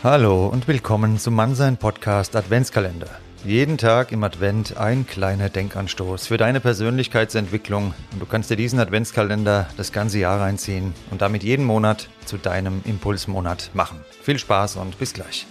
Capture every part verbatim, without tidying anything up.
Hallo und willkommen zum Mannsein Podcast Adventskalender. Jeden Tag im Advent ein kleiner Denkanstoß für deine Persönlichkeitsentwicklung und du kannst dir diesen Adventskalender das ganze Jahr reinziehen und damit jeden Monat zu deinem Impulsmonat machen. Viel Spaß und bis gleich.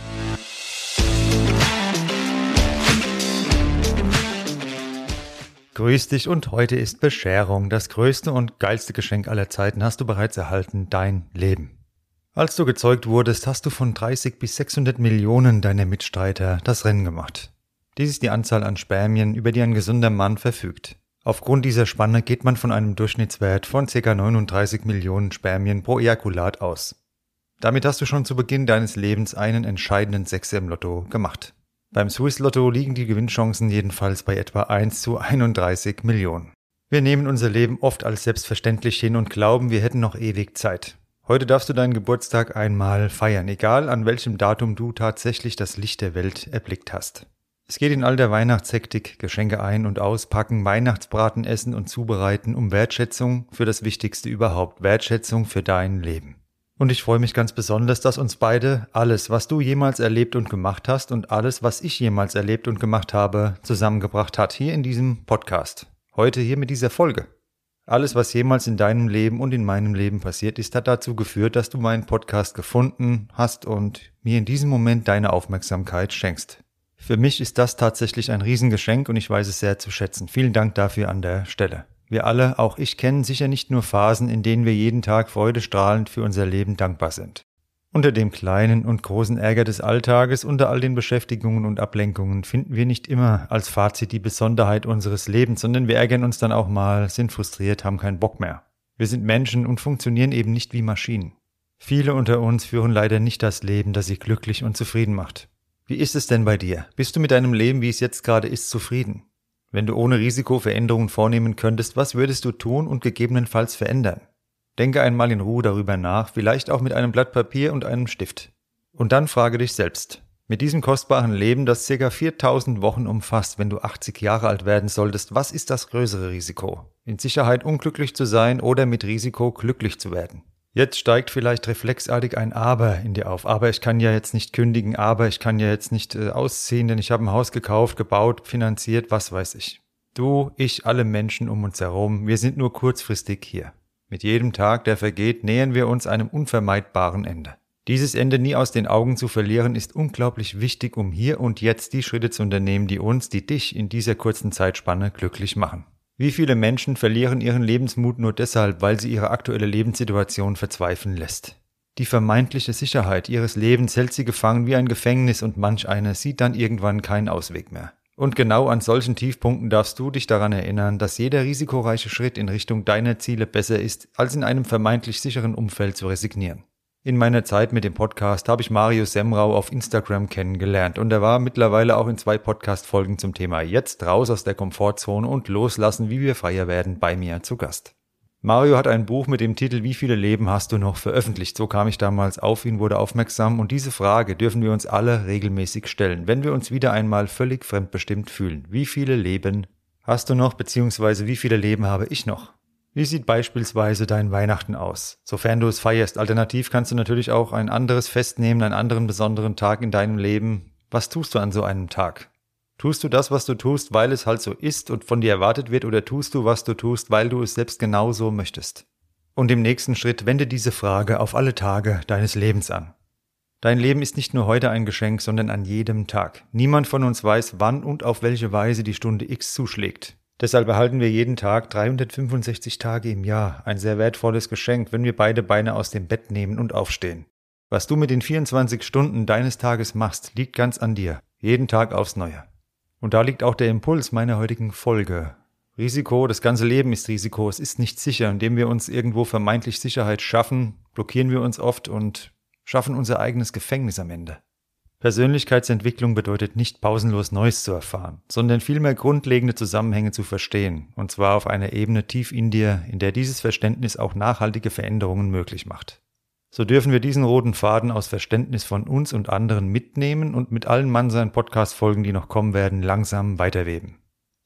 Grüß dich und heute ist Bescherung. Das größte und geilste Geschenk aller Zeiten hast du bereits erhalten, dein Leben. Als du gezeugt wurdest, hast du von dreißig bis sechshundert Millionen deiner Mitstreiter das Rennen gemacht. Dies ist die Anzahl an Spermien, über die ein gesunder Mann verfügt. Aufgrund dieser Spanne geht man von einem Durchschnittswert von ca. neununddreißig Millionen Spermien pro Ejakulat aus. Damit hast du schon zu Beginn deines Lebens einen entscheidenden Sechser im Lotto gemacht. Beim Swiss Lotto liegen die Gewinnchancen jedenfalls bei etwa eins zu einunddreißig Millionen. Wir nehmen unser Leben oft als selbstverständlich hin und glauben, wir hätten noch ewig Zeit. Heute darfst du deinen Geburtstag einmal feiern, egal an welchem Datum du tatsächlich das Licht der Welt erblickt hast. Es geht in all der Weihnachtshektik, Geschenke ein- und auspacken, Weihnachtsbraten essen und zubereiten um Wertschätzung für das Wichtigste überhaupt, Wertschätzung für dein Leben. Und ich freue mich ganz besonders, dass uns beide alles, was du jemals erlebt und gemacht hast und alles, was ich jemals erlebt und gemacht habe, zusammengebracht hat, hier in diesem Podcast. Heute hier mit dieser Folge. Alles, was jemals in deinem Leben und in meinem Leben passiert ist, hat dazu geführt, dass du meinen Podcast gefunden hast und mir in diesem Moment deine Aufmerksamkeit schenkst. Für mich ist das tatsächlich ein Riesengeschenk und ich weiß es sehr zu schätzen. Vielen Dank dafür an der Stelle. Wir alle, auch ich, kennen sicher nicht nur Phasen, in denen wir jeden Tag freudestrahlend für unser Leben dankbar sind. Unter dem kleinen und großen Ärger des Alltages, unter all den Beschäftigungen und Ablenkungen finden wir nicht immer als Fazit die Besonderheit unseres Lebens, sondern wir ärgern uns dann auch mal, sind frustriert, haben keinen Bock mehr. Wir sind Menschen und funktionieren eben nicht wie Maschinen. Viele unter uns führen leider nicht das Leben, das sie glücklich und zufrieden macht. Wie ist es denn bei dir? Bist du mit deinem Leben, wie es jetzt gerade ist, zufrieden? Wenn du ohne Risiko Veränderungen vornehmen könntest, was würdest du tun und gegebenenfalls verändern? Denke einmal in Ruhe darüber nach, vielleicht auch mit einem Blatt Papier und einem Stift. Und dann frage dich selbst, mit diesem kostbaren Leben, das ca. viertausend Wochen umfasst, wenn du achtzig Jahre alt werden solltest, was ist das größere Risiko? In Sicherheit unglücklich zu sein oder mit Risiko glücklich zu werden? Jetzt steigt vielleicht reflexartig ein Aber in dir auf. Aber ich kann ja jetzt nicht kündigen, aber ich kann ja jetzt nicht äh, ausziehen, denn ich habe ein Haus gekauft, gebaut, finanziert, was weiß ich. Du, ich, alle Menschen um uns herum, wir sind nur kurzfristig hier. Mit jedem Tag, der vergeht, nähern wir uns einem unvermeidbaren Ende. Dieses Ende nie aus den Augen zu verlieren, ist unglaublich wichtig, um hier und jetzt die Schritte zu unternehmen, die uns, die dich in dieser kurzen Zeitspanne glücklich machen. Wie viele Menschen verlieren ihren Lebensmut nur deshalb, weil sie ihre aktuelle Lebenssituation verzweifeln lässt? Die vermeintliche Sicherheit ihres Lebens hält sie gefangen wie ein Gefängnis und manch eine sieht dann irgendwann keinen Ausweg mehr. Und genau an solchen Tiefpunkten darfst du dich daran erinnern, dass jeder risikoreiche Schritt in Richtung deiner Ziele besser ist, als in einem vermeintlich sicheren Umfeld zu resignieren. In meiner Zeit mit dem Podcast habe ich Mario Semrau auf Instagram kennengelernt und er war mittlerweile auch in zwei Podcast-Folgen zum Thema Jetzt raus aus der Komfortzone und loslassen, wie wir freier werden, bei mir zu Gast. Mario hat ein Buch mit dem Titel Wie viele Leben hast du noch veröffentlicht. So kam ich damals auf ihn, wurde aufmerksam und diese Frage dürfen wir uns alle regelmäßig stellen, wenn wir uns wieder einmal völlig fremdbestimmt fühlen. Wie viele Leben hast du noch, beziehungsweise wie viele Leben habe ich noch? Wie sieht beispielsweise dein Weihnachten aus, sofern du es feierst? Alternativ kannst du natürlich auch ein anderes Fest nehmen, einen anderen besonderen Tag in deinem Leben. Was tust du an so einem Tag? Tust du das, was du tust, weil es halt so ist und von dir erwartet wird, oder tust du, was du tust, weil du es selbst genau so möchtest? Und im nächsten Schritt wende diese Frage auf alle Tage deines Lebens an. Dein Leben ist nicht nur heute ein Geschenk, sondern an jedem Tag. Niemand von uns weiß, wann und auf welche Weise die Stunde X zuschlägt. Deshalb erhalten wir jeden Tag dreihundertfünfundsechzig Tage im Jahr, ein sehr wertvolles Geschenk, wenn wir beide Beine aus dem Bett nehmen und aufstehen. Was du mit den vierundzwanzig Stunden deines Tages machst, liegt ganz an dir, jeden Tag aufs Neue. Und da liegt auch der Impuls meiner heutigen Folge. Risiko, das ganze Leben ist Risiko, es ist nicht sicher. Indem wir uns irgendwo vermeintlich Sicherheit schaffen, blockieren wir uns oft und schaffen unser eigenes Gefängnis am Ende. Persönlichkeitsentwicklung bedeutet nicht pausenlos Neues zu erfahren, sondern vielmehr grundlegende Zusammenhänge zu verstehen, und zwar auf einer Ebene tief in dir, in der dieses Verständnis auch nachhaltige Veränderungen möglich macht. So dürfen wir diesen roten Faden aus Verständnis von uns und anderen mitnehmen und mit allen Mannsein Podcast-Folgen, die noch kommen werden, langsam weiterweben.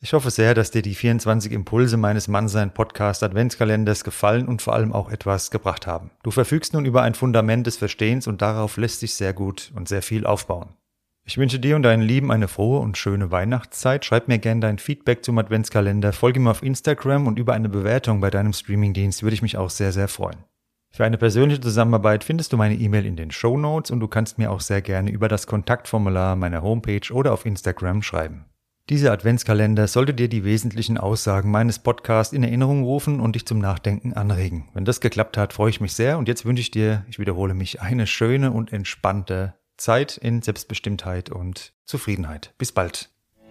Ich hoffe sehr, dass dir die vierundzwanzig Impulse meines Mannsein-Podcast-Adventskalenders gefallen und vor allem auch etwas gebracht haben. Du verfügst nun über ein Fundament des Verstehens und darauf lässt sich sehr gut und sehr viel aufbauen. Ich wünsche dir und deinen Lieben eine frohe und schöne Weihnachtszeit. Schreib mir gerne dein Feedback zum Adventskalender, folge mir auf Instagram und über eine Bewertung bei deinem Streamingdienst würde ich mich auch sehr, sehr freuen. Für eine persönliche Zusammenarbeit findest du meine E-Mail in den Shownotes und du kannst mir auch sehr gerne über das Kontaktformular meiner Homepage oder auf Instagram schreiben. Dieser Adventskalender sollte dir die wesentlichen Aussagen meines Podcasts in Erinnerung rufen und dich zum Nachdenken anregen. Wenn das geklappt hat, freue ich mich sehr und jetzt wünsche ich dir, ich wiederhole mich, eine schöne und entspannte Zeit in Selbstbestimmtheit und Zufriedenheit. Bis bald.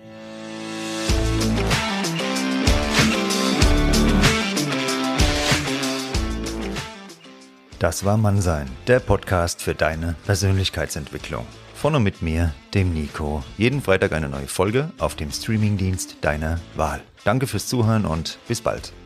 Das war Mannsein, der Podcast für deine Persönlichkeitsentwicklung. Von und mit mir, dem Nico. Jeden Freitag eine neue Folge auf dem Streamingdienst deiner Wahl. Danke fürs Zuhören und bis bald.